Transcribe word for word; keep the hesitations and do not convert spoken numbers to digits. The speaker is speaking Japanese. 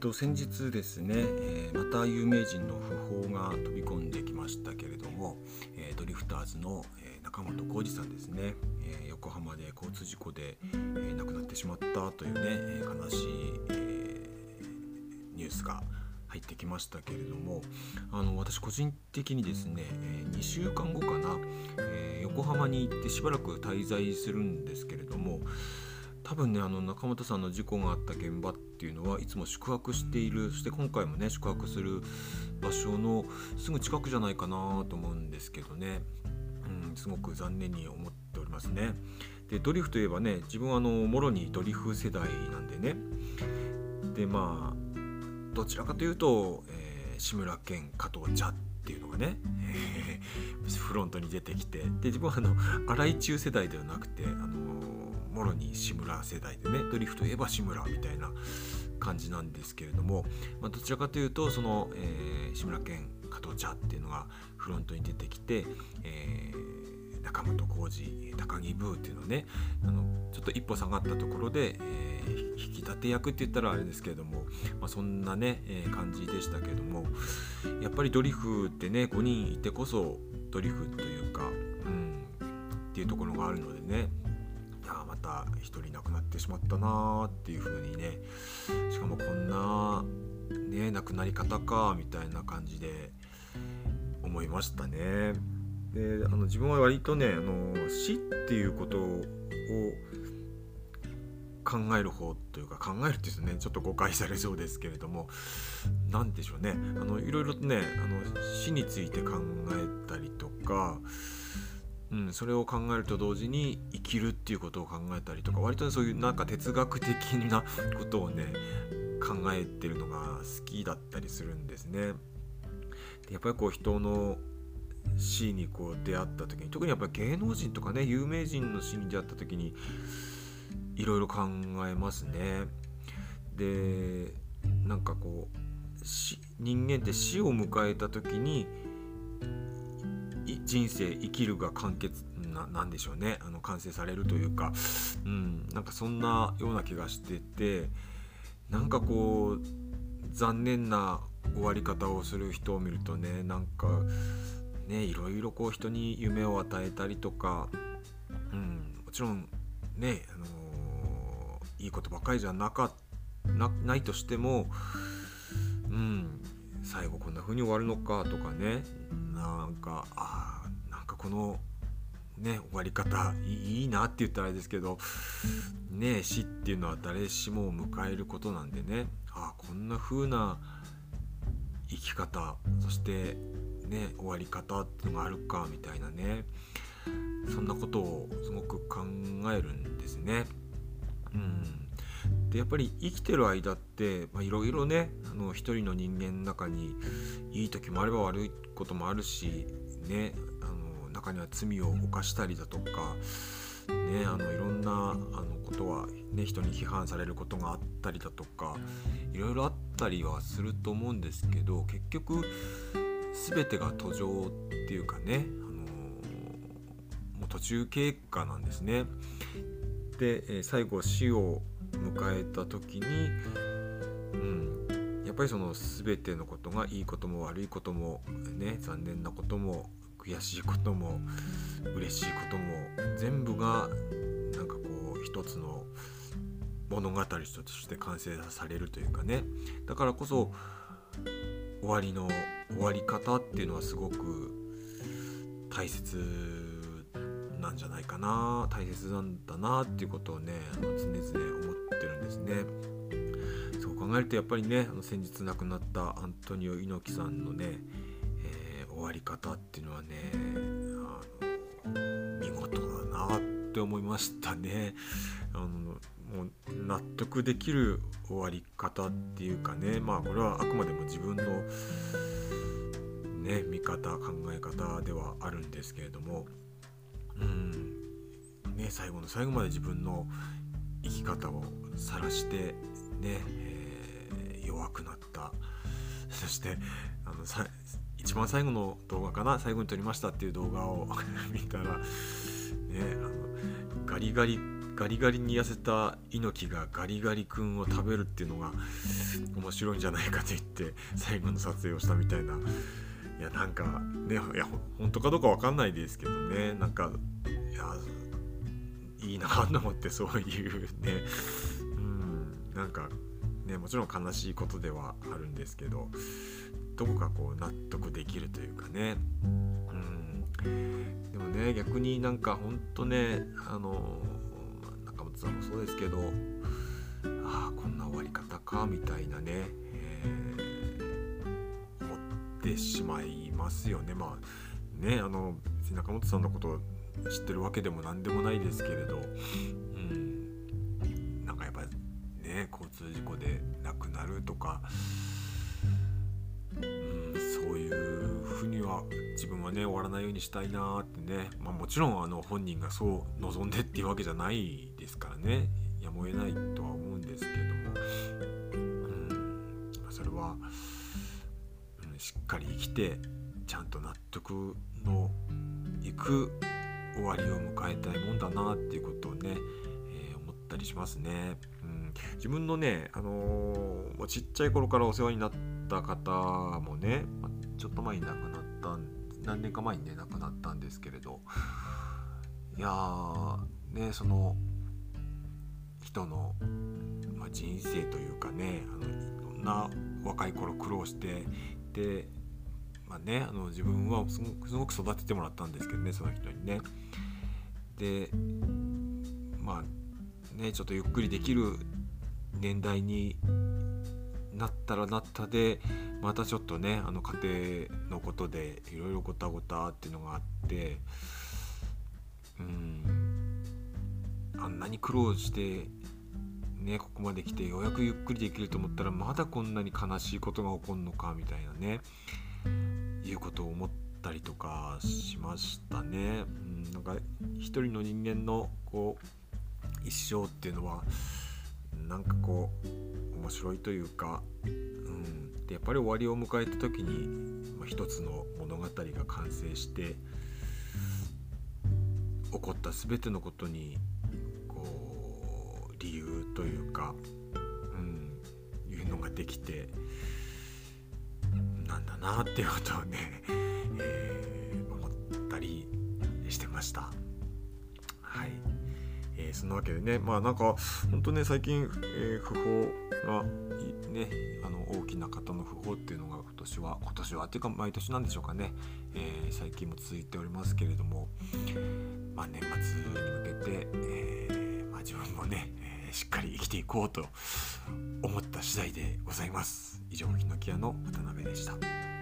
と先日ですね、えーまた有名人の訃報が飛び込んできましたけれども、えードリフターズの、えー中本浩二さんですね、えー横浜で交通事故で、えー亡くなってしまったというね、えー悲しい、えーニュースが入ってきましたけれども、あの私個人的にですね、えーにしゅうかんごかな、えー横浜に行ってしばらく滞在するんですけれども、多分ね、あの中本さんの事故があった現場っていうのはいつも宿泊している、そして今回もね宿泊する場所のすぐ近くじゃないかなと思うんですけどね、うん、すごく残念に思っておりますね。でドリフといえばね、自分はあのもろにドリフ世代なんでね、でまあどちらかというと、えー志村けん、加藤茶っていうのがね、えーフロントに出てきて、で自分はあの荒井中世代ではなくて、あのもろに志村世代でね、ドリフといえば志村みたいな感じなんですけれども、まあ、どちらかというとその、えー志村けん、加藤茶っていうのがフロントに出てきて、えー中本浩二、高木ブーっていうのはね、あのちょっと一歩下がったところで、えー引き立て役って言ったらあれですけれども、まあ、そんなね、えー感じでしたけれども、やっぱりドリフってねごにんいてこそドリフというか、うん、っていうところがあるのでね、いやまた一人亡くなってしまったなっていう風にね、しかもこんなね亡くなり方かみたいな感じで思いましたね。であの自分は割とね、あの死っていうことを考える方というか、考えるっていうとねちょっと誤解されそうですけれども、なんでしょうね、あのいろいろとね、あの死について考えたりとか、うん、それを考えると同時に生きるっていうことを考えたりとか、割とそういうなんか哲学的なことをね考えてるのが好きだったりするんですね。でやっぱりこう人の死にこう出会った時に、特にやっぱり芸能人とかね有名人の死に出会った時にいろいろ考えますね。でなんかこう死人間って死を迎えた時に人生生きるが完結 な, なんでしょうね、あの完成されるというか、うん、なんかそんなような気がしてて、なんかこう残念な終わり方をする人を見るとね、なんかねいろいろこう人に夢を与えたりとか、うん、もちろんね、あのー、いいことばかりじゃなかなないとしても、うん、最後こんな風に終わるのかとかね、なんかあなんかこのね終わり方い い, いいなって言ったらあれですけどね、死っていうのは誰しも迎えることなんでね、あこんな風な生き方、そしてね終わり方っていうのがあるかみたいなね、そんなことをすごく考えるんですね。うん、でやっぱり生きてる間っていろいろね、あの一人の人間の中にいい時もあれば悪いこともあるしね、あの中には罪を犯したりだとかね、あのいろんなあのことはね人に批判されることがあったりだとか、いろいろあったりはすると思うんですけど、結局全てが途上っていうかね、あのもう途中経過なんですね。で、えー最後死を迎えた時に、うん、やっぱりその全てのことがいいことも悪いこともね、残念なことも悔しいことも嬉しいことも全部がなんかこう一つの物語として完成されるというかね、だからこそ終わりの終わり方っていうのはすごく大切なんじゃないかな、大切なんだなっていうことをね、あの常々思ってるんですね。そう考えるとやっぱりね、あの先日亡くなったアントニオ猪木さんのね、えー終わり方っていうのはね、あの見事だなって思いましたね。あのもう納得できる終わり方っていうかね、まあこれはあくまでも自分のね見方考え方ではあるんですけれども、うんね、最後の最後まで自分の生き方を晒してね、えー弱くなった、そしてあのさ一番最後の動画かな、最後に撮りましたっていう動画を見たらね、あのガリガリガリガリに痩せた猪木がガリガリ君を食べるっていうのが面白いんじゃないかと言って最後の撮影をしたみたいな。いやなんかね、いや本当かどうかわかんないですけどね、なんかいやいいなと思って、そういうね、うん、なんかね、もちろん悲しいことではあるんですけど、どこかこう納得できるというかね、うん、でもね逆になんかほんとね、あの中本さんもそうですけど、ああこんな終わり方かみたいなね、えー、思ってしまいますよね。まあね、あの別に中本さんのことを知ってるわけでもなんでもないですけれど、うん、なんかやっぱね交通事故で亡くなるとか、うん、そういうふうには自分はね終わらないようにしたいなってね、まあ、もちろんあの本人がそう望んでっていうわけじゃないですからね、やむを得ないとは思うんですけども、うん、それは、うん、しっかり生きてちゃんと納得のいく終わりを迎えたいもんだなっていうことをね、えー、思ったりしますね。うん、自分のね、あのー、ちっちゃい頃からお世話になった方もね、まあ、ちょっと前に亡くなった何年か前にね亡くなったんですけれど、いやーね、その人の、まあ、人生というかね、あのいろんな若い頃苦労してで、まあね、あの自分はすごく、すごく育ててもらったんですけどね、その人にね。でまあねちょっとゆっくりできる年代になったらなったで、またちょっとねあの家庭のことでいろいろごたごたっていうのがあって、うん、あんなに苦労してねここまで来てようやくゆっくりできると思ったらまだこんなに悲しいことが起こるのかみたいなね、いうことを思ったりとかしましたね。うん、なんか一人の人間のこう一生っていうのはなんかこう面白いというか、うん、でやっぱり終わりを迎えた時に、まあ、一つの物語が完成して起こった全てのことにこう理由というか、うん、いうのができてなんだなっていうことをね、えー、思ったりしてました。はい、えー、そんなわけでね、まあなんか本当ね最近、えー、訃報がね、あの大きな方の訃報っていうのが今年は今年はっていうか毎年なんでしょうかね、えー、最近も続いておりますけれども、まあ、年末に向けて、えーまあ、自分もね、えー、しっかり生きていこうと思った次第でございます。以上、ヒノキ屋の渡辺でした。